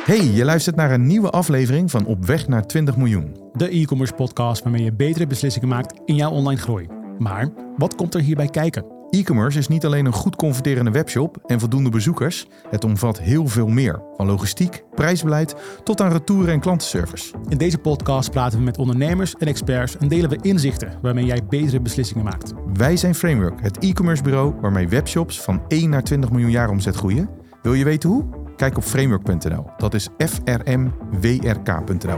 Hey, je luistert naar een nieuwe aflevering van Op weg naar 20 miljoen. De e-commerce podcast waarmee je betere beslissingen maakt in jouw online groei. Maar wat komt er hierbij kijken? E-commerce is niet alleen een goed converterende webshop en voldoende bezoekers. Het omvat heel veel meer. Van logistiek, prijsbeleid tot aan retouren en klantenservice. In deze podcast praten we met ondernemers en experts en delen we inzichten waarmee jij betere beslissingen maakt. Wij zijn Framework, het e-commerce bureau waarmee webshops van 1 naar 20 miljoen jaar omzet groeien. Wil je weten hoe? Kijk op framework.nl. Dat is frmwrk.nl.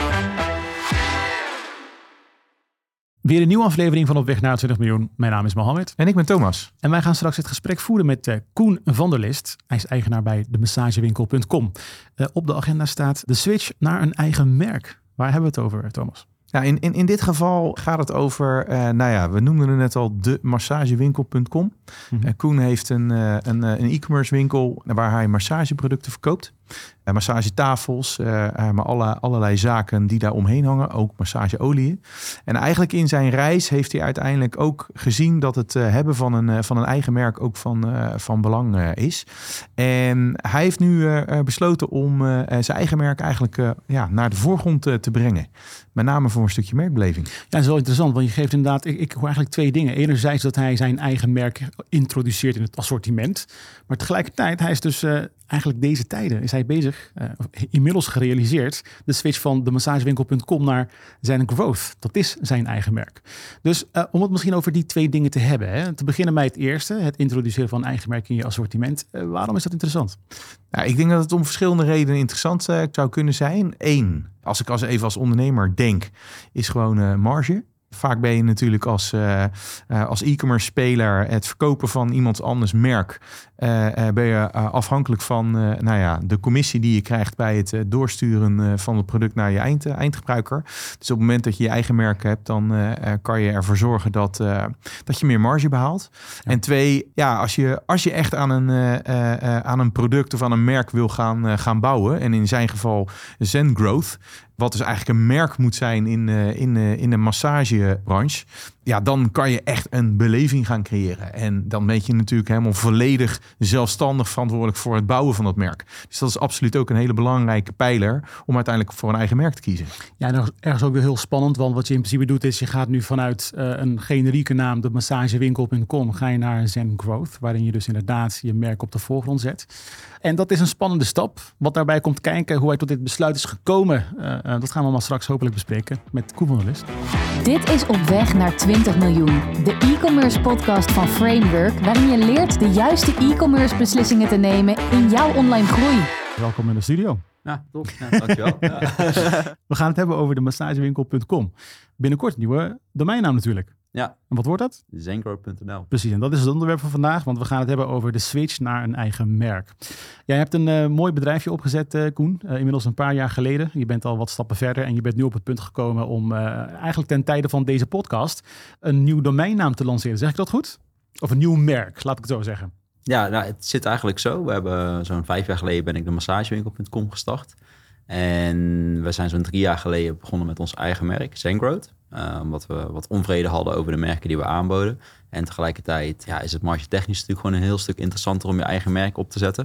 Weer een nieuwe aflevering van Op weg naar 20 miljoen. Mijn naam is Mohammed. En ik ben Thomas. En wij gaan straks het gesprek voeren met Koen van der List. Hij is eigenaar bij deMassagewinkel.com. Op de agenda staat de switch naar een eigen merk. Waar hebben we het over, Thomas? Ja, in dit geval gaat het over, we noemden het net al, deMassagewinkel.com. Mm-hmm. Koen heeft een e-commerce winkel waar hij massageproducten verkoopt. Massagetafels, maar allerlei zaken die daar omheen hangen. Ook massageolieën. En eigenlijk in zijn reis heeft hij uiteindelijk ook gezien dat het hebben van een eigen merk ook van belang is. En hij heeft nu besloten om zijn eigen merk eigenlijk naar de voorgrond te brengen. Met name voor een stukje merkbeleving. Ja, dat is wel interessant, want je geeft inderdaad, ik hoor eigenlijk twee dingen. Enerzijds dat hij zijn eigen merk introduceert in het assortiment. Maar tegelijkertijd, hij is dus eigenlijk deze tijden is hij bezig, inmiddels gerealiseerd, de switch van deMassagewinkel.com naar zijn growth. Dat is zijn eigen merk. Dus om het misschien over die twee dingen te hebben. Hè, te beginnen bij het eerste, het introduceren van een eigen merk in je assortiment. Waarom is dat interessant? Nou, ik denk dat het om verschillende redenen interessant zou kunnen zijn. Eén, als ik even als ondernemer denk, is gewoon marge. Vaak ben je natuurlijk als e-commerce speler het verkopen van iemands anders merk. Ben je afhankelijk van de commissie die je krijgt bij het doorsturen van het product naar je eindgebruiker. Dus op het moment dat je je eigen merk hebt, dan kan je ervoor zorgen dat je meer marge behaalt. Ja. En twee, als je echt aan een product of aan een merk wil gaan bouwen, en in zijn geval Zen Growth, wat dus eigenlijk een merk moet zijn in de massagebranche, dan kan je echt een beleving gaan creëren. En dan ben je natuurlijk helemaal volledig zelfstandig verantwoordelijk voor het bouwen van dat merk. Dus dat is absoluut ook een hele belangrijke pijler om uiteindelijk voor een eigen merk te kiezen. Ja, en ergens ook weer heel spannend, want wat je in principe doet is, je gaat nu vanuit een generieke naam, deMassagewinkel.com, ga je naar Zen Growth, waarin je dus inderdaad je merk op de voorgrond zet. En dat is een spannende stap. Wat daarbij komt kijken, hoe hij tot dit besluit is gekomen, dat gaan we allemaal straks hopelijk bespreken met Koen van der List. Dit is Op weg naar 20 miljoen. De e-commerce podcast van Framework, waarin je leert de juiste e-commerce beslissingen te nemen in jouw online groei. Welkom in de studio. Ja, top. Ja, dankjewel. Ja. We gaan het hebben over deMassagewinkel.com. Binnenkort een nieuwe domeinnaam natuurlijk. Ja. En wat wordt dat? Zengrow.nl. Precies, en dat is het onderwerp van vandaag, want we gaan het hebben over de switch naar een eigen merk. Jij hebt een mooi bedrijfje opgezet, Koen, inmiddels een paar jaar geleden. Je bent al wat stappen verder en je bent nu op het punt gekomen om eigenlijk ten tijde van deze podcast een nieuw domeinnaam te lanceren. Zeg ik dat goed? Of een nieuw merk, laat ik het zo zeggen. Ja, nou, het zit eigenlijk zo. We hebben zo'n 5 jaar geleden ben ik deMassagewinkel.com gestart. En we zijn zo'n 3 jaar geleden begonnen met ons eigen merk, Zengrowth. Omdat we wat onvrede hadden over de merken die we aanboden. En tegelijkertijd is het marketingtechnisch natuurlijk gewoon een heel stuk interessanter om je eigen merk op te zetten.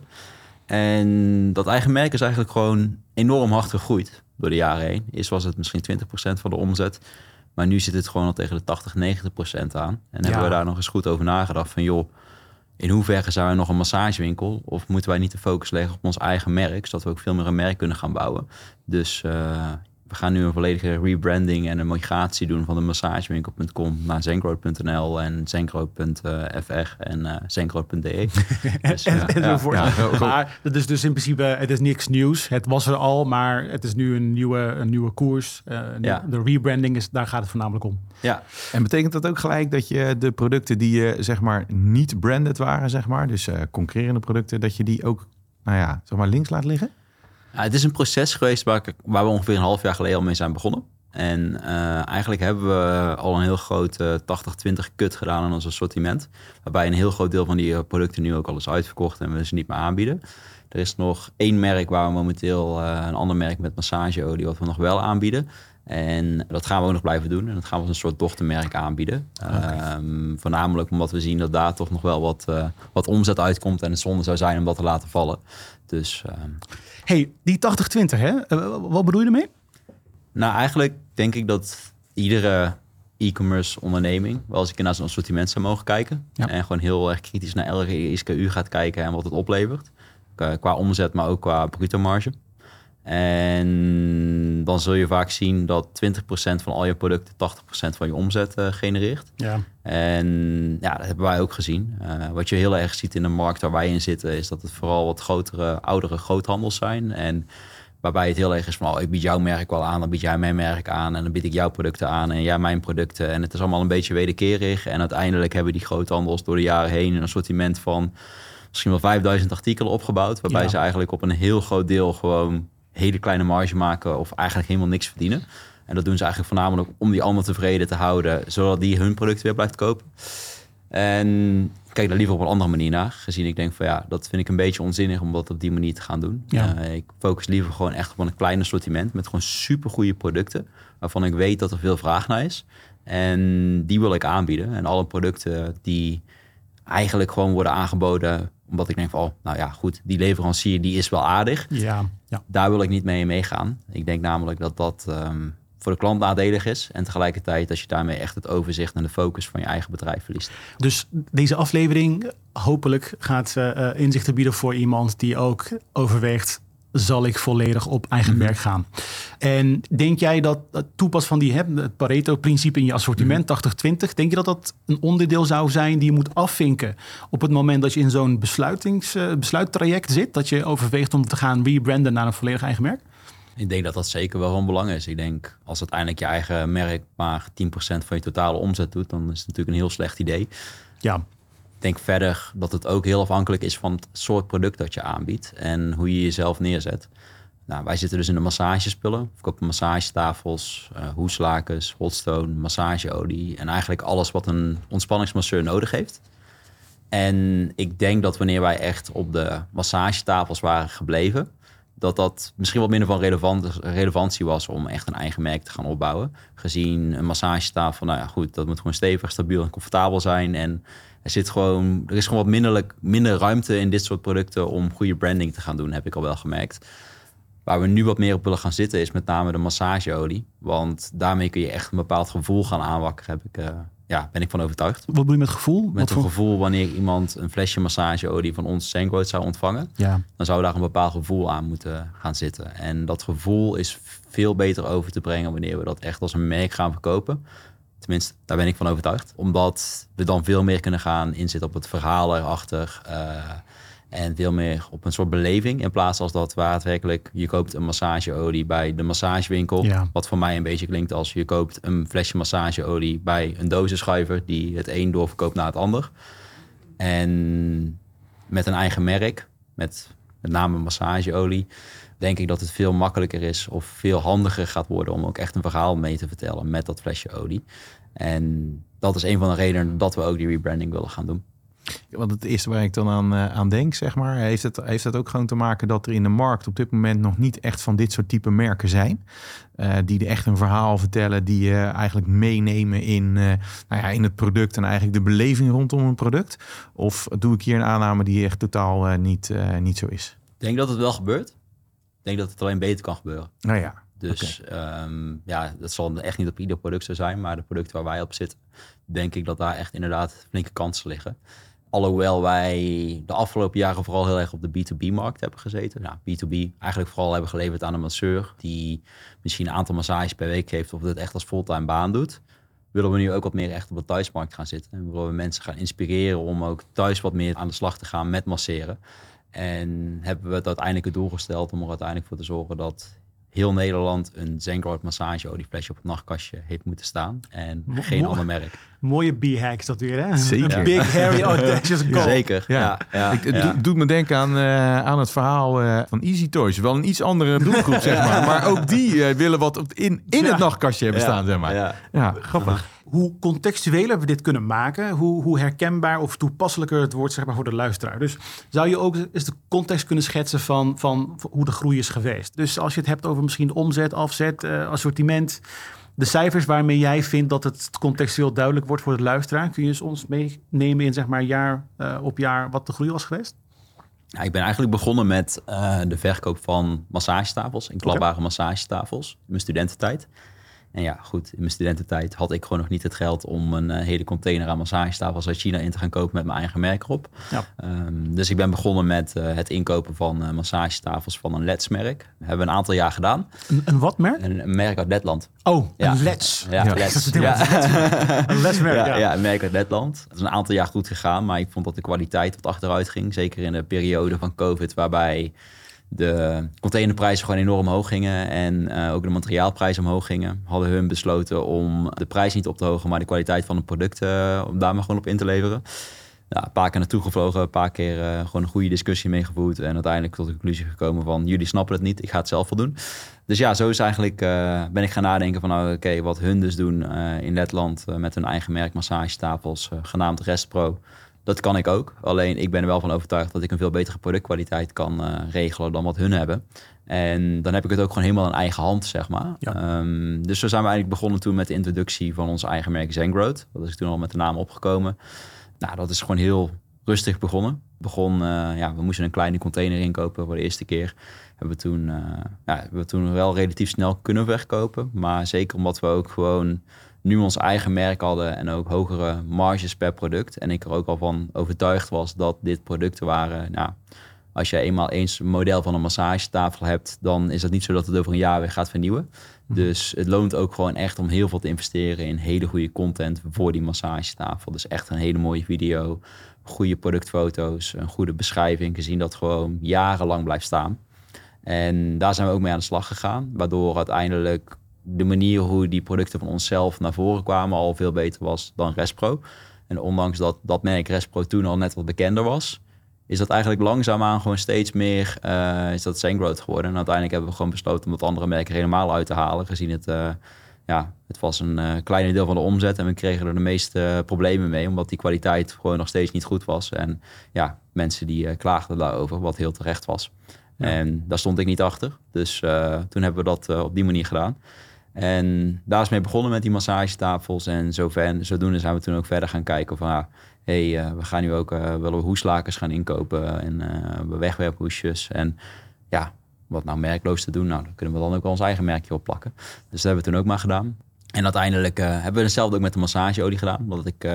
En dat eigen merk is eigenlijk gewoon enorm hard gegroeid door de jaren heen. Eerst was het misschien 20% van de omzet. Maar nu zit het gewoon al tegen de 80-90% aan. En hebben we daar nog eens goed over nagedacht van joh, in hoeverre zijn we nog een massagewinkel? Of moeten wij niet de focus leggen op ons eigen merk, zodat we ook veel meer een merk kunnen gaan bouwen? Dus we gaan nu een volledige rebranding en een migratie doen van de massagewinkel.com naar zengrowth.nl en zengrowth.fr en zengrowth.de. Dus, maar dat is dus in principe, het is niks nieuws. Het was er al, maar het is nu een nieuwe koers. De rebranding daar gaat het voornamelijk om. Ja. En betekent dat ook gelijk dat je de producten die je zeg maar niet branded waren, zeg maar, dus concurrerende producten, dat je die ook links laat liggen? Ja, het is een proces geweest waar we ongeveer een half jaar geleden al mee zijn begonnen. En eigenlijk hebben we al een heel groot 80-20 cut gedaan in ons assortiment. Waarbij een heel groot deel van die producten nu ook al is uitverkocht en we ze niet meer aanbieden. Er is nog 1 merk waar we momenteel een ander merk met massageolie wat we nog wel aanbieden. En dat gaan we ook nog blijven doen. En dat gaan we als een soort dochtermerk aanbieden. Voornamelijk omdat we zien dat daar toch nog wel wat omzet uitkomt. En het zonde zou zijn om dat te laten vallen. Dus, Hey, die 80-20, hè? Wat bedoel je ermee? Nou, eigenlijk denk ik dat iedere e-commerce onderneming wel eens een keer naar zijn assortiment zou mogen kijken. Ja. En gewoon heel erg kritisch naar elke SKU gaat kijken en wat het oplevert. Qua omzet, maar ook qua bruto marge. En dan zul je vaak zien dat 20% van al je producten 80% van je omzet genereert. Ja. En ja, dat hebben wij ook gezien. Wat je heel erg ziet in de markt waar wij in zitten, is dat het vooral wat grotere, oudere groothandels zijn. En waarbij het heel erg is van, ik bied jouw merk wel aan, dan bied jij mijn merk aan en dan bied ik jouw producten aan en jij mijn producten. En het is allemaal een beetje wederkerig. En uiteindelijk hebben die groothandels door de jaren heen een assortiment van misschien wel 5000 artikelen opgebouwd. Waarbij ze eigenlijk op een heel groot deel gewoon hele kleine marge maken of eigenlijk helemaal niks verdienen. En dat doen ze eigenlijk voornamelijk om die ander tevreden te houden, zodat die hun producten weer blijft kopen. En ik kijk daar liever op een andere manier naar, gezien ik denk van dat vind ik een beetje onzinnig om dat op die manier te gaan doen. Ja. Ik focus liever gewoon echt op een klein assortiment met gewoon super goede producten, waarvan ik weet dat er veel vraag naar is. En die wil ik aanbieden. En alle producten die eigenlijk gewoon worden aangeboden, omdat ik denk van, goed, die leverancier die is wel aardig. Ja. Daar wil ik niet mee meegaan. Ik denk namelijk dat dat voor de klant nadelig is. En tegelijkertijd dat je daarmee echt het overzicht en de focus van je eigen bedrijf verliest. Dus deze aflevering hopelijk gaat inzichten bieden voor iemand die ook overweegt, zal ik volledig op eigen merk gaan? En denk jij dat het toepassen van het Pareto-principe in je assortiment, 80-20, denk je dat dat een onderdeel zou zijn die je moet afvinken op het moment dat je in zo'n besluittraject zit, dat je overweegt om te gaan rebranden naar een volledig eigen merk? Ik denk dat dat zeker wel van belang is. Ik denk, als uiteindelijk je eigen merk maar 10% van je totale omzet doet, dan is het natuurlijk een heel slecht idee. Ja. Ik denk verder dat het ook heel afhankelijk is van het soort product dat je aanbiedt en hoe je jezelf neerzet. Nou, wij zitten dus in de massagespullen. We verkopen massagetafels, hoeslakens, hotstone, massageolie en eigenlijk alles wat een ontspanningsmasseur nodig heeft. En ik denk dat wanneer wij echt op de massagetafels waren gebleven, dat misschien wat minder van relevantie was om echt een eigen merk te gaan opbouwen. Gezien een massagetafel, dat moet gewoon stevig, stabiel en comfortabel zijn. En er is gewoon wat minder ruimte in dit soort producten om goede branding te gaan doen, heb ik al wel gemerkt. Waar we nu wat meer op willen gaan zitten is met name de massageolie. Want daarmee kun je echt een bepaald gevoel gaan aanwakkeren, ben ik van overtuigd. Wat bedoel je met gevoel? Met een gevoel wanneer iemand een flesje massageolie van ons Zengrowth zou ontvangen. Ja. Dan zou daar een bepaald gevoel aan moeten gaan zitten. En dat gevoel is veel beter over te brengen wanneer we dat echt als een merk gaan verkopen. Tenminste, daar ben ik van overtuigd. Omdat we dan veel meer kunnen gaan inzetten op het verhaal erachter. En veel meer op een soort beleving. In plaats als dat waar het werkelijk, je koopt een massageolie bij de massagewinkel. Ja. Wat voor mij een beetje klinkt als je koopt een flesje massageolie bij een dozenschuiver die het een doorverkoopt naar het ander. En met een eigen merk, met name massageolie, denk ik dat het veel makkelijker is of veel handiger gaat worden om ook echt een verhaal mee te vertellen met dat flesje olie. En dat is een van de redenen dat we ook die rebranding willen gaan doen. Want het eerste waar ik dan aan denk, zeg maar, heeft het ook gewoon te maken dat er in de markt op dit moment nog niet echt van dit soort type merken zijn. Die echt een verhaal vertellen, die je eigenlijk meenemen in het product en eigenlijk de beleving rondom een product. Of doe ik hier een aanname die echt totaal niet zo is? Ik denk dat het wel gebeurt. Ik denk dat het alleen beter kan gebeuren. Nou ja. Dus dat zal echt niet op ieder product zo zijn, maar de producten waar wij op zitten, denk ik dat daar echt inderdaad flinke kansen liggen. Alhoewel wij de afgelopen jaren vooral heel erg op de B2B-markt hebben gezeten. Nou, B2B eigenlijk vooral hebben geleverd aan een masseur die misschien een aantal massages per week geeft of het echt als fulltime baan doet. Willen we nu ook wat meer echt op de thuismarkt gaan zitten. En willen we mensen gaan inspireren om ook thuis wat meer aan de slag te gaan met masseren. En hebben we het uiteindelijk het doel gesteld om er uiteindelijk voor te zorgen dat heel Nederland een Zengrowth massageolieflesje op het nachtkastje heeft moeten staan. En geen ander merk. Mooie B-hacks dat weer, hè? Zeker. Een big, hairy, audacious goal. Zeker, ja. Het doet me denken aan het verhaal van Easy Toys. Wel een iets andere doelgroep, zeg maar. Maar ook die willen wat in het nachtkastje hebben staan, zeg maar. Ja. Grappig. hoe contextueler we dit kunnen maken, hoe herkenbaar of toepasselijker het wordt, zeg maar, voor de luisteraar. Dus zou je ook eens de context kunnen schetsen van hoe de groei is geweest? Dus als je het hebt over misschien omzet, afzet, assortiment, de cijfers waarmee jij vindt dat het contextueel duidelijk wordt voor de luisteraar, kun je ons meenemen in, zeg maar, jaar op jaar wat de groei was geweest? Ja, ik ben eigenlijk begonnen met de verkoop van massagetafels en klapbare massagetafels in mijn studententijd. En ja, goed, in mijn studententijd had ik gewoon nog niet het geld om een hele container aan massagetafels uit China in te gaan kopen met mijn eigen merk erop. Ja. Dus ik ben begonnen met het inkopen van massagetafels van een Leds-merk. Dat hebben we een aantal jaar gedaan. Een wat merk? Een merk uit Letland. Oh, ja. Een Leds. Ja, Leds. Een Leds-merk, ja, een merk uit Letland. Het is een aantal jaar goed gegaan, maar ik vond dat de kwaliteit wat achteruit ging. Zeker in de periode van COVID, waarbij de containerprijzen gewoon enorm hoog gingen en ook de materiaalprijzen omhoog gingen. Hadden hun besloten om de prijs niet op te hogen, maar de kwaliteit van het product om daar maar gewoon op in te leveren. Ja, een paar keer naartoe gevlogen, een paar keer gewoon een goede discussie meegevoerd en uiteindelijk tot de conclusie gekomen van jullie snappen het niet, ik ga het zelf wel doen. Dus ja, zo is eigenlijk, ben ik gaan nadenken van oké, wat hun dus doen in Letland met hun eigen merk massagetafels, genaamd Respro. Dat kan ik ook. Alleen ik ben er wel van overtuigd dat ik een veel betere productkwaliteit kan regelen dan wat hun hebben. En dan heb ik het ook gewoon helemaal in eigen hand, zeg maar. Ja. Dus zo zijn we eigenlijk begonnen toen met de introductie van ons eigen merk Zengrowth. Dat is toen al met de naam opgekomen. Nou, dat is gewoon heel rustig begonnen. We moesten een kleine container inkopen voor de eerste keer. Hebben we toen wel relatief snel kunnen verkopen. Maar zeker omdat we ook gewoon nu ons eigen merk hadden en ook hogere marges per product. En ik er ook al van overtuigd was dat dit producten waren. Nou, als je eenmaal eens een model van een massagetafel hebt, dan is het niet zo dat het over een jaar weer gaat vernieuwen. Dus het loont ook gewoon echt om heel veel te investeren in hele goede content voor die massagetafel. Dus echt een hele mooie video, goede productfoto's, een goede beschrijving, gezien dat gewoon jarenlang blijft staan. En daar zijn we ook mee aan de slag gegaan, waardoor uiteindelijk de manier hoe die producten van onszelf naar voren kwamen al veel beter was dan Respro. En ondanks dat merk Respro toen al net wat bekender was, is dat eigenlijk langzaamaan gewoon steeds meer is dat Zengrowth geworden. En uiteindelijk hebben we gewoon besloten om dat andere merken helemaal uit te halen, gezien het was een kleine deel van de omzet en we kregen er de meeste problemen mee, omdat die kwaliteit gewoon nog steeds niet goed was. En ja, mensen die klaagden daarover, wat heel terecht was. Ja. En daar stond ik niet achter. Dus toen hebben we dat op die manier gedaan. En daar is mee begonnen met die massagetafels. En zodoende zijn we toen ook verder gaan kijken van we gaan nu ook wel hoeslakers gaan inkopen en wegwerphoesjes. En ja, wat nou merkloos te doen, nou, dan kunnen we dan ook wel ons eigen merkje opplakken. Dus dat hebben we toen ook maar gedaan. En uiteindelijk hebben we hetzelfde ook met de massageolie gedaan. Omdat ik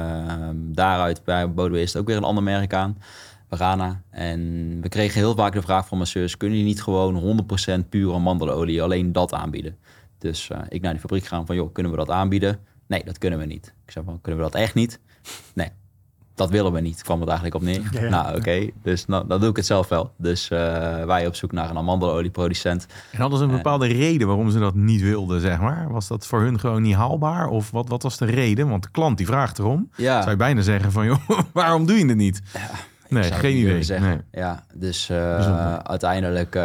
daaruit boden we eerst ook weer een ander merk aan. Verana. En we kregen heel vaak de vraag van masseurs, kunnen jullie niet gewoon 100% pure amandelolie alleen dat aanbieden? Dus ik naar die fabriek gaan van, kunnen we dat aanbieden? Nee, dat kunnen we niet. Ik zei van, kunnen we dat echt niet? Nee, dat willen we niet. Kwam het eigenlijk op neer. Ja. Nou, oké. Dus dan doe ik het zelf wel. Dus wij op zoek naar een amandelolieproducent. En hadden ze een bepaalde reden waarom ze dat niet wilden, zeg maar? Was dat voor hun gewoon niet haalbaar? Of wat was de reden? Want de klant die vraagt erom. Ja. Zou je bijna zeggen van, waarom doe je het niet? Ja, nee, geen idee. Nee. Ja, dus uiteindelijk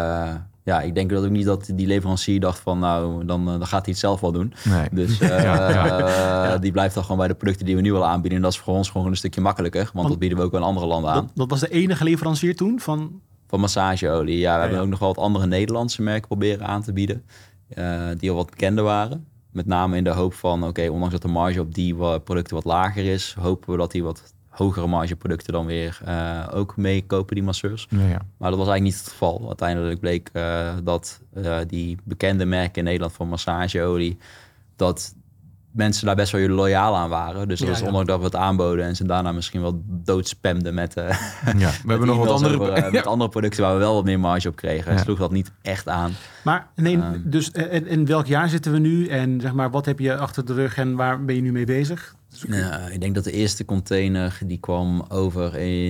ik denk dat ook niet dat die leverancier dacht van, nou, dan gaat hij het zelf wel doen. Nee. Dus die blijft dan gewoon bij de producten die we nu al aanbieden. En dat is voor ons gewoon een stukje makkelijker, want dat bieden we ook in andere landen aan. Dat was de enige leverancier toen van massageolie. Ja, we hebben ook nog wel wat andere Nederlandse merken proberen aan te bieden, die al wat bekender waren. Met name in de hoop van, ondanks dat de marge op die producten wat lager is, hopen we dat die wat hogere margeproducten dan weer ook meekopen, die masseurs. Ja. Maar dat was eigenlijk niet het geval. Uiteindelijk bleek dat die bekende merken in Nederland van massageolie, dat mensen daar best wel loyaal aan waren. Dus dat is ondanks dat we het aanboden en ze daarna misschien wel doodspamden met we hebben nog wat andere met andere producten waar we wel wat meer marge op kregen. Ja. Sloeg dat niet echt aan. Maar dus in welk jaar zitten we nu? En zeg maar, wat heb je achter de rug en waar ben je nu mee bezig? Ik denk dat de eerste container die kwam over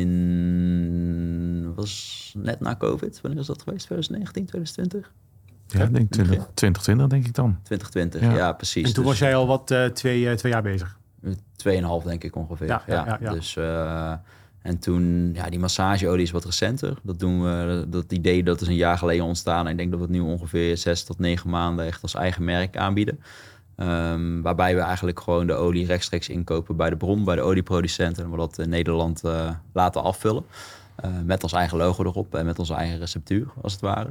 was net na COVID. Wanneer is dat geweest? 2019, 2020? Ja, ik denk 2020 denk ik dan. 2020, ja precies. En toen was jij al wat 2 jaar bezig? 2,5 denk ik ongeveer. Ja. Dus, en toen, die massageolie is wat recenter. Dat doen we, dat idee dat is een jaar geleden ontstaan. En ik denk dat we het nu ongeveer 6 tot 9 maanden echt als eigen merk aanbieden. Waarbij we eigenlijk gewoon de olie rechtstreeks inkopen bij de bron, bij de olieproducenten. En we dat in Nederland laten afvullen. Met ons eigen logo erop en met onze eigen receptuur, als het ware.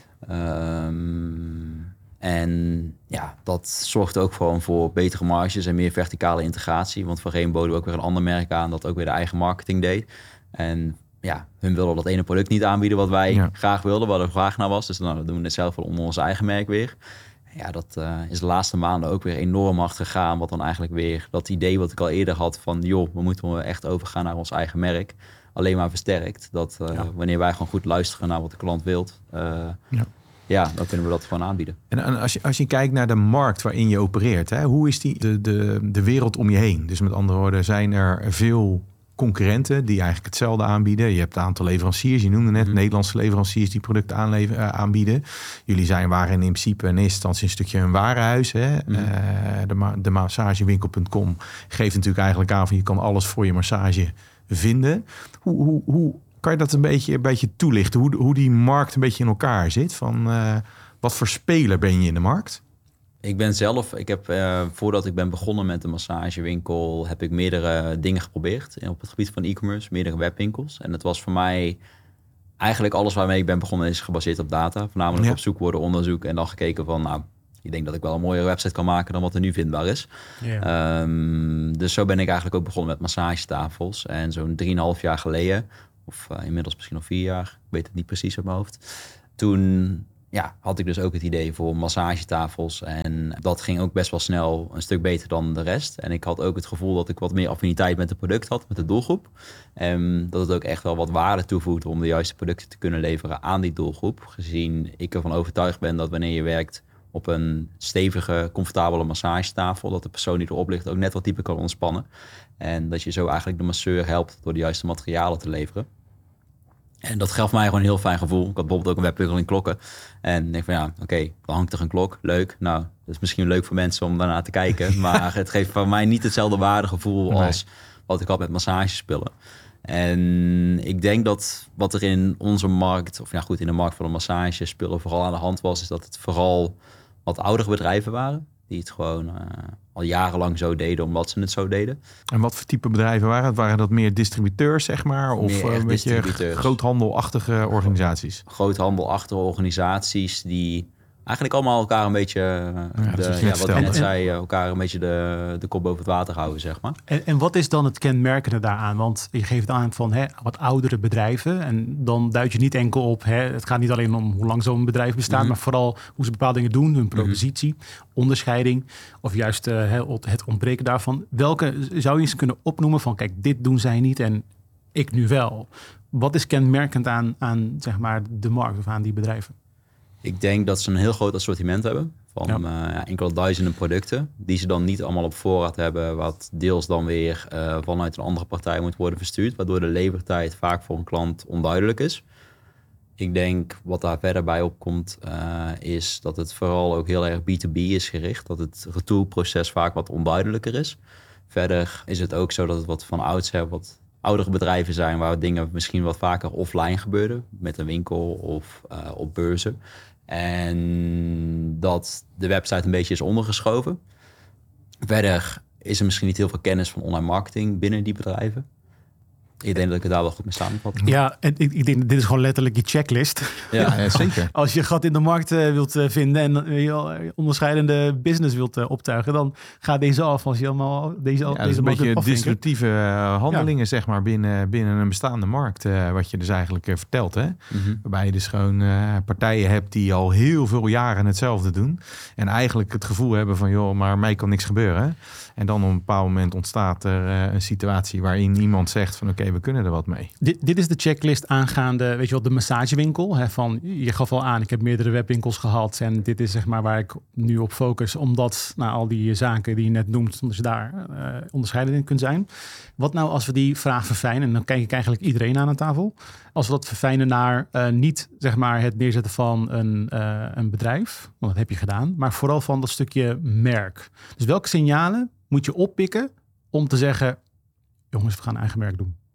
En ja, dat zorgt ook gewoon voor betere marges en meer verticale integratie. Want voorheen boden we ook weer een ander merk aan dat ook weer de eigen marketing deed. En ja, hun wilden dat ene product niet aanbieden wat wij graag wilden, wat er vraag naar was. Dus dan doen we het zelf wel onder ons eigen merk weer. Ja, dat is de laatste maanden ook weer enorm hard gegaan. Wat dan eigenlijk weer dat idee wat ik al eerder had van... joh, we moeten echt overgaan naar ons eigen merk. Alleen maar versterkt. Dat wanneer wij gewoon goed luisteren naar wat de klant wilt... Ja, dan kunnen we dat gewoon aanbieden. En als je kijkt naar de markt waarin je opereert... Hè, hoe is de wereld om je heen? Dus met andere woorden, zijn er veel concurrenten die eigenlijk hetzelfde aanbieden? Je hebt een aantal leveranciers, je noemde net Nederlandse leveranciers die producten aanbieden. Jullie waren in principe in eerste instantie een stukje een warenhuis. Hè? De massagewinkel.com geeft natuurlijk eigenlijk aan van je kan alles voor je massage vinden. Hoe kan je dat een beetje toelichten? Hoe die markt een beetje in elkaar zit? Van wat voor speler ben je in de markt? Ik heb voordat ik ben begonnen met de massagewinkel, heb ik meerdere dingen geprobeerd op het gebied van e-commerce, meerdere webwinkels. En het was voor mij eigenlijk alles waarmee ik ben begonnen is gebaseerd op data. Voornamelijk op zoekwoordenonderzoek en dan gekeken van, nou, ik denk dat ik wel een mooiere website kan maken dan wat er nu vindbaar is. Ja. Dus zo ben ik eigenlijk ook begonnen met massagetafels. En zo'n 3,5 jaar geleden, of inmiddels misschien nog 4 jaar, ik weet het niet precies uit mijn hoofd. Toen had ik dus ook het idee voor massagetafels. En dat ging ook best wel snel een stuk beter dan de rest. En ik had ook het gevoel dat ik wat meer affiniteit met het product had, met de doelgroep. En dat het ook echt wel wat waarde toevoegt om de juiste producten te kunnen leveren aan die doelgroep. Gezien ik ervan overtuigd ben dat wanneer je werkt op een stevige, comfortabele massagetafel, dat de persoon die erop ligt ook net wat dieper kan ontspannen. En dat je zo eigenlijk de masseur helpt door de juiste materialen te leveren. En dat gaf mij gewoon een heel fijn gevoel. Ik had bijvoorbeeld ook een webwinkel in klokken. En ik denk van oké, dan hangt er een klok. Leuk. Nou, dat is misschien leuk voor mensen om daarna te kijken. Maar het geeft voor mij niet hetzelfde waardegevoel als wat ik had met massagespullen. En ik denk dat wat er in onze markt, in de markt van de massagespullen vooral aan de hand was, is dat het vooral wat oudere bedrijven waren. Die het gewoon al jarenlang zo deden, omdat ze het zo deden. En wat voor type bedrijven waren het? Waren dat meer distributeurs, zeg maar? Of een beetje groothandelachtige organisaties? Groothandelachtige organisaties die eigenlijk allemaal elkaar een beetje, wat ik net zei, elkaar een beetje de kop boven het water houden, zeg maar. En wat is dan het kenmerkende daaraan? Want je geeft aan van wat oudere bedrijven. En dan duid je niet enkel op, het gaat niet alleen om hoe lang zo'n bedrijf bestaat, maar vooral hoe ze bepaalde dingen doen, hun propositie, onderscheiding, of juist het ontbreken daarvan. Welke zou je eens kunnen opnoemen van, kijk, dit doen zij niet en ik nu wel. Wat is kenmerkend aan zeg maar, de markt of aan die bedrijven? Ik denk dat ze een heel groot assortiment hebben van enkele duizenden producten, die ze dan niet allemaal op voorraad hebben, wat deels dan weer vanuit een andere partij moet worden verstuurd, waardoor de levertijd vaak voor een klant onduidelijk is. Ik denk wat daar verder bij opkomt, is dat het vooral ook heel erg B2B is gericht, dat het retourproces vaak wat onduidelijker is. Verder is het ook zo dat het wat van oudsher wat oudere bedrijven zijn waar dingen misschien wat vaker offline gebeurden, met een winkel of op beurzen. En dat de website een beetje is ondergeschoven. Verder is er misschien niet heel veel kennis van online marketing binnen die bedrijven. Ik denk dat ik het daar wel goed mee samenvat. Ja, en ik denk dit is gewoon letterlijk je checklist. Ja, zeker. Als je gat in de markt wilt vinden en je onderscheidende business wilt optuigen, dan gaat deze af als je allemaal deze een beetje disruptieve handelingen zeg maar binnen een bestaande markt, wat je dus eigenlijk vertelt. Hè? Waarbij je dus gewoon partijen hebt die al heel veel jaren hetzelfde doen en eigenlijk het gevoel hebben van joh, maar mij kan niks gebeuren. En dan op een bepaald moment ontstaat er een situatie waarin iemand zegt van oké, we kunnen er wat mee. Dit is de checklist aangaande, weet je wel, de massagewinkel. Van, je gaf al aan, ik heb meerdere webwinkels gehad en dit is zeg maar waar ik nu op focus, omdat al die zaken die je net noemt, omdat je daar onderscheidend in kunt zijn. Wat nou als we die vraag verfijnen, en dan kijk ik eigenlijk iedereen aan tafel, als we dat verfijnen naar niet zeg maar het neerzetten van een bedrijf, want dat heb je gedaan, maar vooral van dat stukje merk. Dus welke signalen moet je oppikken om te zeggen, jongens, we gaan een eigen merk doen?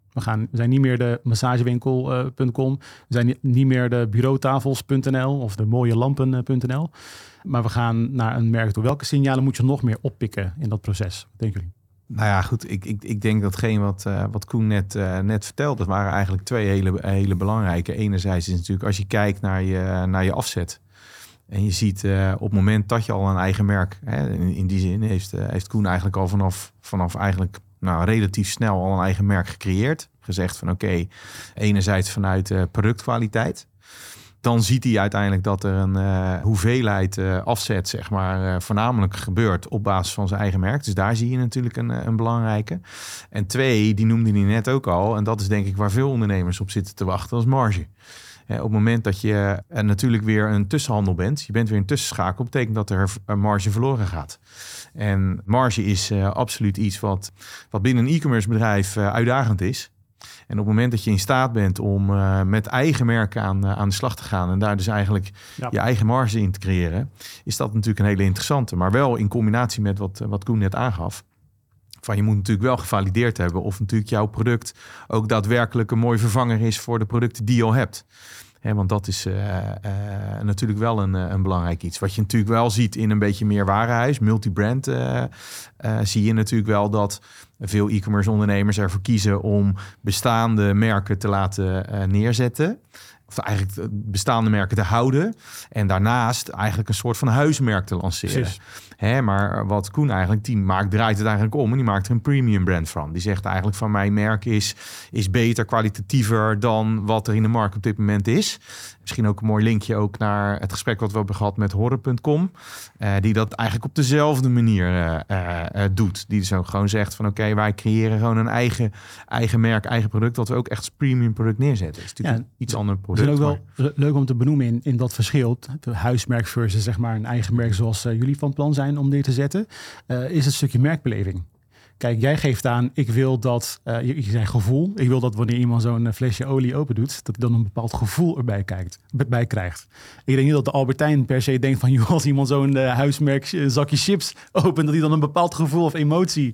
We zijn niet meer de massagewinkel.com. We zijn niet meer de bureautafels.nl of de mooie lampen.nl. Maar we gaan naar een merk toe. Welke signalen moet je nog meer oppikken in dat proces? Wat denken jullie? Nou ja, goed. Ik denk datgene wat Koen net vertelt, dat waren eigenlijk twee hele belangrijke. Enerzijds is natuurlijk als je kijkt naar je afzet. En je ziet op het moment dat je al een eigen merk, in die zin heeft Koen eigenlijk al vanaf eigenlijk relatief snel al een eigen merk gecreëerd. Gezegd van oké, enerzijds vanuit productkwaliteit. Dan ziet hij uiteindelijk dat er een hoeveelheid afzet, zeg maar, voornamelijk gebeurt op basis van zijn eigen merk. Dus daar zie je natuurlijk een belangrijke. En 2, die noemde hij net ook al. En dat is denk ik waar veel ondernemers op zitten te wachten, dat is marge. Op het moment dat je natuurlijk weer een tussenhandel bent, je bent weer een tussenschakel, betekent dat er marge verloren gaat. En marge is absoluut iets wat binnen een e-commerce bedrijf uitdagend is. En op het moment dat je in staat bent om met eigen merken aan de slag te gaan en daar dus eigenlijk je eigen marge in te creëren, is dat natuurlijk een hele interessante. Maar wel in combinatie met wat Koen net aangaf. Van je moet natuurlijk wel gevalideerd hebben of natuurlijk jouw product ook daadwerkelijk een mooi vervanger is voor de producten die je al hebt. Want dat is natuurlijk wel een belangrijk iets. Wat je natuurlijk wel ziet in een beetje meer warenhuis, multibrand, zie je natuurlijk wel dat veel e-commerce ondernemers ervoor kiezen om bestaande merken te laten neerzetten. Of eigenlijk bestaande merken te houden. En daarnaast eigenlijk een soort van huismerk te lanceren. Maar wat Koen eigenlijk team maakt, draait het eigenlijk om. En die maakt er een premium brand van. Die zegt eigenlijk van mijn merk is beter, kwalitatiever dan wat er in de markt op dit moment is. Misschien ook een mooi linkje ook naar het gesprek wat we hebben gehad met horror.com. Die dat eigenlijk op dezelfde manier doet. Die dus ook gewoon zegt van oké, wij creëren gewoon een eigen merk, eigen product. Dat we ook echt als premium product neerzetten. Het is natuurlijk iets ander product. Het is ook wel leuk om te benoemen in dat verschil. Het huismerk versus zeg maar een eigen merk zoals jullie van plan zijn om neer te zetten. Is het stukje merkbeleving. Kijk, jij geeft aan, ik wil dat, je zei gevoel. Ik wil dat wanneer iemand zo'n flesje olie open doet, dat hij dan een bepaald gevoel erbij krijgt. Ik denk niet dat de Albertijn per se denkt van, joh, als iemand zo'n huismerk zakje chips opent, dat hij dan een bepaald gevoel of emotie,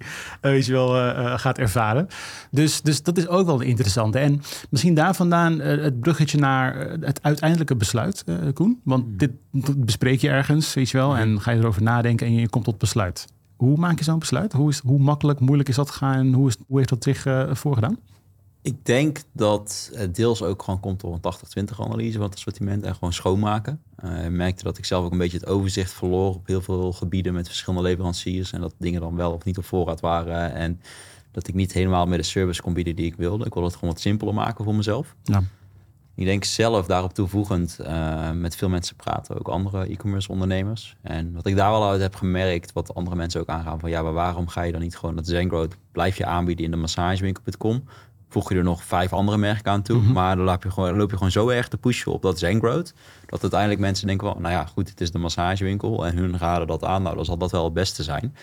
gaat ervaren. Dus dat is ook wel interessant. En misschien daar vandaan het bruggetje naar het uiteindelijke besluit, Koen. Want dit bespreek je ergens, weet je wel, en ga je erover nadenken en je komt tot besluit. Hoe maak je zo'n besluit? Hoe makkelijk, moeilijk is dat gegaan en hoe heeft dat zich voorgedaan? Ik denk dat het deels ook gewoon komt door een 80-20 analyse van het assortiment en gewoon schoonmaken. Ik merkte dat ik zelf ook een beetje het overzicht verloor op heel veel gebieden met verschillende leveranciers. En dat dingen dan wel of niet op voorraad waren. En dat ik niet helemaal meer de service kon bieden die ik wilde. Ik wilde het gewoon wat simpeler maken voor mezelf. Ja. Ik denk zelf daarop toevoegend met veel mensen praten, ook andere e-commerce ondernemers. En wat ik daar wel uit heb gemerkt, wat andere mensen ook aangaan van ja, maar waarom ga je dan niet gewoon dat Zengrowth blijf je aanbieden in de massagewinkel.com? Voeg je er nog 5 andere merken aan toe, maar dan loop je gewoon zo erg te pushen op dat Zengrowth, dat uiteindelijk mensen denken wel, nou ja, goed, het is de massagewinkel en hun raden dat aan, nou dan zal dat wel het beste zijn.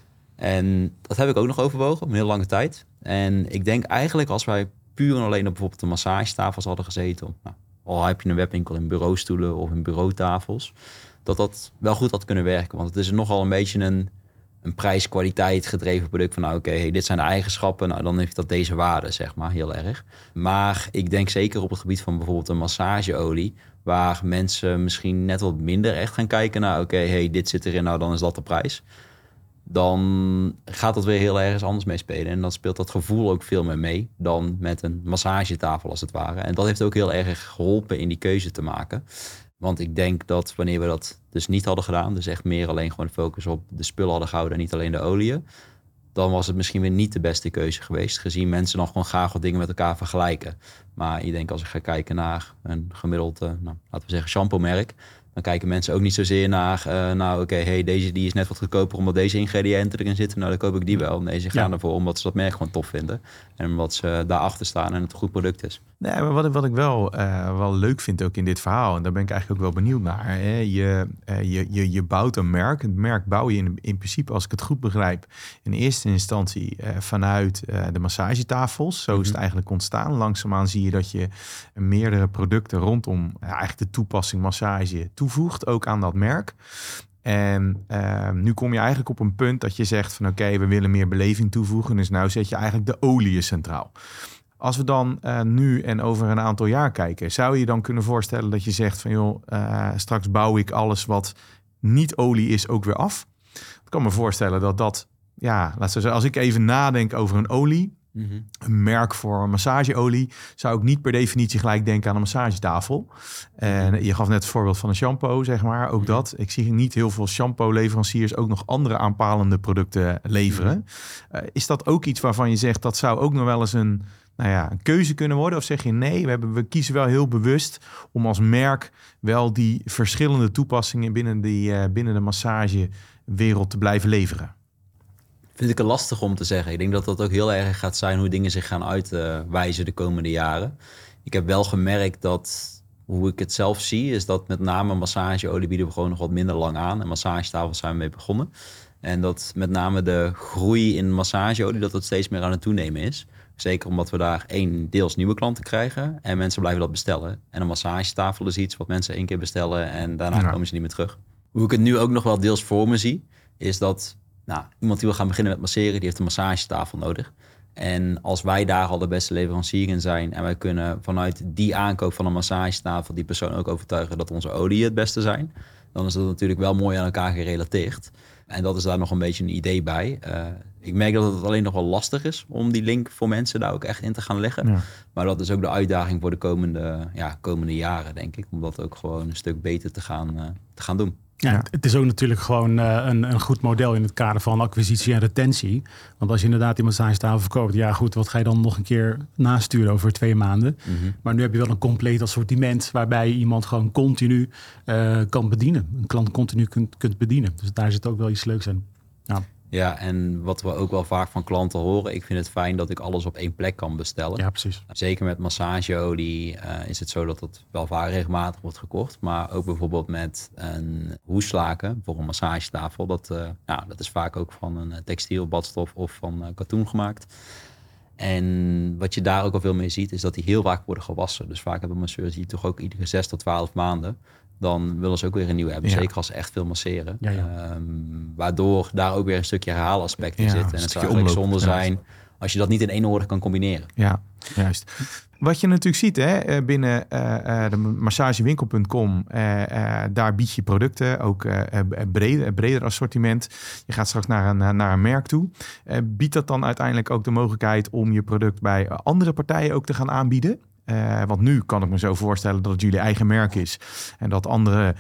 En dat heb ik ook nog overwogen, op een heel lange tijd. En ik denk eigenlijk als wij puur en alleen op bijvoorbeeld de massagetafels hadden gezeten. Nou, al heb je een webwinkel in bureaustoelen of in bureautafels. Dat wel goed had kunnen werken. Want het is nogal een beetje een prijs-kwaliteit gedreven product. Van nou oké, dit zijn de eigenschappen. Nou dan heeft dat deze waarde, zeg maar, heel erg. Maar ik denk zeker op het gebied van bijvoorbeeld een massageolie. Waar mensen misschien net wat minder echt gaan kijken naar oké, dit zit erin, nou dan is dat de prijs. Dan gaat dat weer heel ergens anders mee spelen. En dan speelt dat gevoel ook veel meer mee dan met een massagetafel als het ware. En dat heeft ook heel erg geholpen in die keuze te maken. Want ik denk dat wanneer we dat dus niet hadden gedaan, dus echt meer alleen gewoon focus op de spullen hadden gehouden en niet alleen de olieën, dan was het misschien weer niet de beste keuze geweest. Gezien mensen dan gewoon graag wat dingen met elkaar vergelijken. Maar ik denk als ik ga kijken naar een gemiddeld, laten we zeggen, shampoo-merk, dan kijken mensen ook niet zozeer naar, deze die is net wat goedkoper omdat deze ingrediënten erin zitten. Nou, dan koop ik die wel. Nee, ze gaan ervoor omdat ze dat merk gewoon tof vinden. En omdat ze daarachter staan en het een goed product is. Nee, maar wat ik wel leuk vind ook in dit verhaal, en daar ben ik eigenlijk ook wel benieuwd naar. Hè? Je bouwt een merk. Het merk bouw je in principe, als ik het goed begrijp, in eerste instantie vanuit de massagetafels. Zo is het eigenlijk ontstaan. Langzaamaan zie je dat je meerdere producten rondom eigenlijk de toepassing massage toevoegt, ook aan dat merk. En nu kom je eigenlijk op een punt dat je zegt van oké, we willen meer beleving toevoegen. Dus nou zet je eigenlijk de olie centraal. Als we dan nu en over een aantal jaar kijken, zou je dan kunnen voorstellen dat je zegt van joh, straks bouw ik alles wat niet olie is ook weer af? Ik kan me voorstellen dat laten we zeggen, als ik even nadenk over een olie, een merk voor massageolie, zou ik niet per definitie gelijk denken aan een massagetafel. En je gaf net het voorbeeld van een shampoo, zeg maar, ook dat. Ik zie niet heel veel shampoo-leveranciers ook nog andere aanpalende producten leveren. Is dat ook iets waarvan je zegt, dat zou ook nog wel eens een keuze kunnen worden? Of zeg je nee, we kiezen wel heel bewust om als merk wel die verschillende toepassingen binnen de massagewereld te blijven leveren? Vind ik het lastig om te zeggen. Ik denk dat dat ook heel erg gaat zijn hoe dingen zich gaan uitwijzen de komende jaren. Ik heb wel gemerkt dat, hoe ik het zelf zie, is dat met name massageolie bieden we gewoon nog wat minder lang aan. En massagetafels zijn we mee begonnen. En dat met name de groei in massageolie, dat het steeds meer aan het toenemen is. Zeker omdat we daar deels nieuwe klanten krijgen en mensen blijven dat bestellen. En een massagetafel is iets wat mensen 1 keer bestellen en daarna komen ze niet meer terug. Hoe ik het nu ook nog wel deels voor me zie, is dat iemand die wil gaan beginnen met masseren, die heeft een massagetafel nodig. En als wij daar al de beste leverancier in zijn en wij kunnen vanuit die aankoop van een massagetafel die persoon ook overtuigen dat onze olie het beste zijn, dan is dat natuurlijk wel mooi aan elkaar gerelateerd. En dat is daar nog een beetje een idee bij. Ik merk dat het alleen nog wel lastig is om die link voor mensen daar ook echt in te gaan leggen. Ja. Maar dat is ook de uitdaging voor de komende jaren, denk ik. Om dat ook gewoon een stuk beter te gaan doen. Ja, het is ook natuurlijk gewoon een goed model in het kader van acquisitie en retentie. Want als je inderdaad die massagetafel verkoopt, wat ga je dan nog een keer nasturen over 2 maanden? Mm-hmm. Maar nu heb je wel een compleet assortiment waarbij je iemand gewoon continu kan bedienen. Een klant continu kunt bedienen. Dus daar zit ook wel iets leuks in. Ja, en wat we ook wel vaak van klanten horen, ik vind het fijn dat ik alles op 1 plek kan bestellen. Ja, precies. Zeker met massageolie is het zo dat het wel vaak regelmatig wordt gekocht. Maar ook bijvoorbeeld met een hoeslaken voor een massagetafel. Dat is vaak ook van een textiel, badstof of van katoen gemaakt. En wat je daar ook al veel mee ziet, is dat die heel vaak worden gewassen. Dus vaak hebben masseurs die toch ook iedere 6 tot 12 maanden... dan willen ze ook weer een nieuwe hebben. Ja. Zeker als ze echt veel masseren. Ja. Waardoor daar ook weer een stukje herhaalaspect in zit. En het zou eigenlijk zonde zijn als je dat niet in 1 orde kan combineren. Ja, juist. Wat je natuurlijk ziet binnen de massagewinkel.com, daar bied je producten, ook breder assortiment. Je gaat straks naar een merk toe. Biedt dat dan uiteindelijk ook de mogelijkheid om je product bij andere partijen ook te gaan aanbieden? Want nu kan ik me zo voorstellen dat het jullie eigen merk is. En dat andere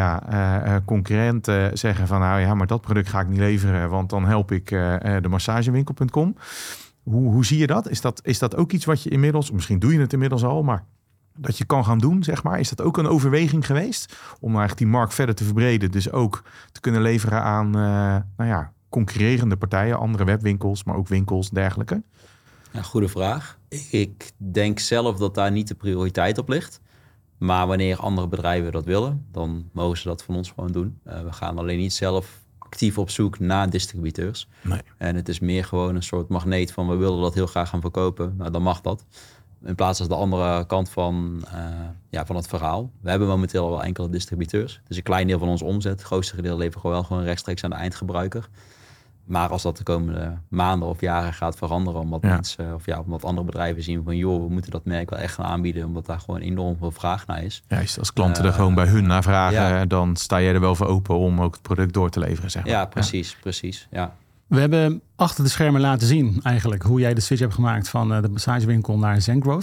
concurrenten zeggen van maar dat product ga ik niet leveren, want dan help ik de massagewinkel.com. Hoe zie je dat? Is dat ook iets wat je inmiddels, misschien doe je het inmiddels al, maar dat je kan gaan doen, zeg maar? Is dat ook een overweging geweest om eigenlijk die markt verder te verbreden? Dus ook te kunnen leveren aan concurrerende partijen, andere webwinkels, maar ook winkels en dergelijke? Ja, goede vraag. Ik denk zelf dat daar niet de prioriteit op ligt. Maar wanneer andere bedrijven dat willen, dan mogen ze dat van ons gewoon doen. We gaan alleen niet zelf actief op zoek naar distributeurs. Nee. En het is meer gewoon een soort magneet van we willen dat heel graag gaan verkopen. Nou, dan mag dat. In plaats van de andere kant van het verhaal. We hebben momenteel wel enkele distributeurs. Het is een klein deel van onze omzet. Het grootste gedeelte leveren we wel gewoon rechtstreeks aan de eindgebruiker. Maar als dat de komende maanden of jaren gaat veranderen, omdat mensen omdat andere bedrijven zien van we moeten dat merk wel echt gaan aanbieden, omdat daar gewoon enorm veel vraag naar is. Juist, als klanten er gewoon bij hun naar vragen, dan sta jij er wel voor open om ook het product door te leveren, zeg maar. Ja, precies. Ja. We hebben achter de schermen laten zien eigenlijk hoe jij de switch hebt gemaakt van de massagewinkel naar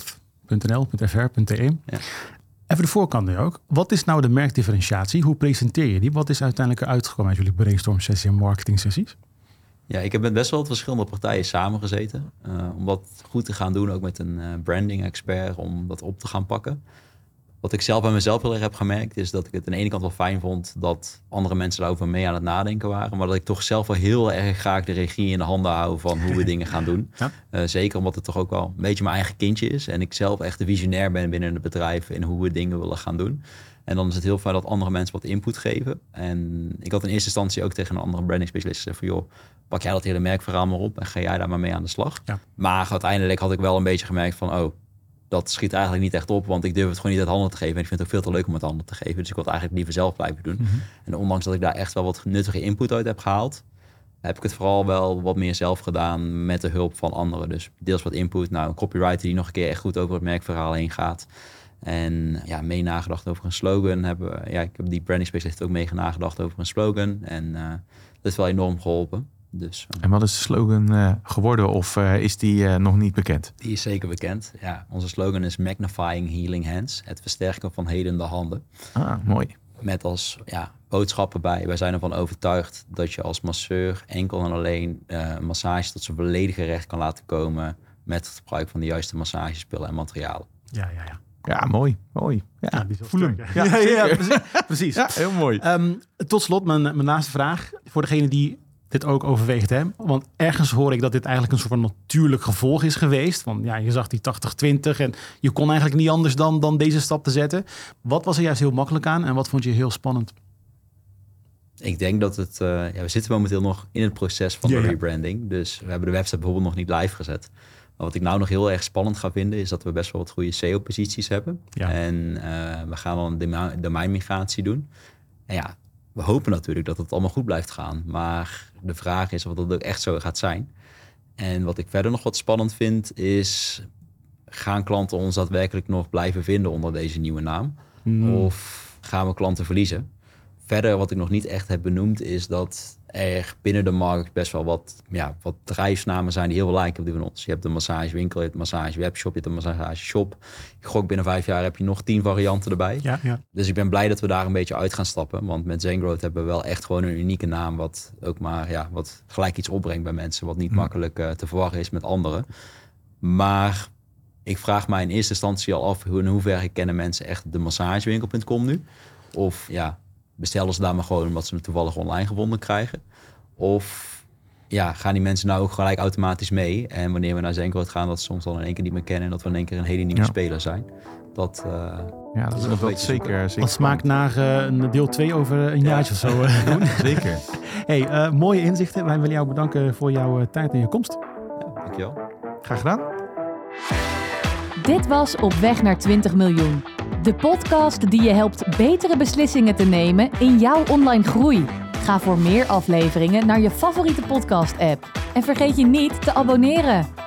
zengrowth.nl.fr.te. Ja. Even de voorkant nu ook. Wat is nou de merkdifferentiatie? Hoe presenteer je die? Wat is uiteindelijk uitgekomen uit jullie brainstorm sessie en marketing sessies? Ja, ik heb met best wel wat verschillende partijen samengezeten. Om dat goed te gaan doen, ook met een branding expert, om dat op te gaan pakken. Wat ik zelf bij mezelf heel erg heb gemerkt, is dat ik het aan de ene kant wel fijn vond dat andere mensen daarover mee aan het nadenken waren. Maar dat ik toch zelf wel heel erg graag de regie in de handen hou van hoe we dingen gaan doen. Ja. Zeker omdat het toch ook wel een beetje mijn eigen kindje is. En ik zelf echt de visionair ben binnen het bedrijf in hoe we dingen willen gaan doen. En dan is het heel fijn dat andere mensen wat input geven. En ik had in eerste instantie ook tegen een andere branding specialist gezegd van pak jij dat hele merkverhaal maar op en ga jij daar maar mee aan de slag. Ja. Maar uiteindelijk had ik wel een beetje gemerkt van dat schiet eigenlijk niet echt op, want ik durf het gewoon niet uit handen te geven. En ik vind het ook veel te leuk om het handen te geven. Dus ik wil het eigenlijk liever zelf blijven doen. Mm-hmm. En ondanks dat ik daar echt wel wat nuttige input uit heb gehaald, heb ik het vooral wel wat meer zelf gedaan met de hulp van anderen. Dus deels wat input. Nou, een copywriter die nog een keer echt goed over het merkverhaal heen gaat. En ja, mee nagedacht over een slogan. Ik heb die branding specialist ook mee nagedacht over een slogan. En dat heeft wel enorm geholpen. Dus, En wat is de slogan geworden of is die nog niet bekend? Die is zeker bekend. Ja, onze slogan is Magnifying Healing Hands. Het versterken van helende handen. Ah, mooi. Met als boodschappen bij. Wij zijn ervan overtuigd dat je als masseur enkel en alleen massage tot zijn volledige recht kan laten komen met het gebruik van de juiste massagespullen en materialen. Ja. Ja, mooi. Ja, die is voel hem. Ja, precies. Ja, heel mooi. Tot slot, mijn laatste vraag. Voor degene die dit ook overweegt. Hè? Want ergens hoor ik dat dit eigenlijk een soort van natuurlijk gevolg is geweest. Want ja, je zag die 80-20 en je kon eigenlijk niet anders dan deze stap te zetten. Wat was er juist heel makkelijk aan en wat vond je heel spannend? Ik denk dat het... we zitten momenteel nog in het proces van de rebranding. Dus we hebben de website bijvoorbeeld nog niet live gezet. Maar wat ik nou nog heel erg spannend ga vinden, is dat we best wel wat goede SEO-posities hebben. Ja. En we gaan dan een domeinmigratie doen. En ja, we hopen natuurlijk dat het allemaal goed blijft gaan. Maar de vraag is of dat ook echt zo gaat zijn. En wat ik verder nog wat spannend vind, is... gaan klanten ons daadwerkelijk nog blijven vinden onder deze nieuwe naam? Of gaan we klanten verliezen? Verder, wat ik nog niet echt heb benoemd, is dat er binnen de markt best wel wat bedrijfsnamen zijn die heel veel lijken op die van ons. Je hebt een massagewinkel, je hebt een massagewebshop, je hebt een massageshop. Ik gok binnen 5 jaar heb je nog 10 varianten erbij. Ja. Dus ik ben blij dat we daar een beetje uit gaan stappen. Want met Zengrowth hebben we wel echt gewoon een unieke naam, wat ook maar wat gelijk iets opbrengt bij mensen, wat niet makkelijk te verwarren is met anderen. Maar ik vraag mij in eerste instantie al af in hoeverre kennen mensen echt de massagewinkel.com nu? Of bestellen ze daar maar gewoon omdat ze het toevallig online gevonden krijgen? Of gaan die mensen nou ook gelijk automatisch mee? En wanneer we naar Zengrowth gaan, dat ze soms dan in één keer niet meer kennen en dat we in één keer een hele nieuwe speler zijn. Dat is nog wel zeker. Dat smaakt naar een deel 2 over een jaartje of zo doen. Zeker. Hey, mooie inzichten. Wij willen jou bedanken voor jouw tijd en je komst. Ja, dankjewel. Graag gedaan. Dit was Op weg naar 20 miljoen. De podcast die je helpt betere beslissingen te nemen in jouw online groei. Ga voor meer afleveringen naar je favoriete podcast-app. En vergeet je niet te abonneren.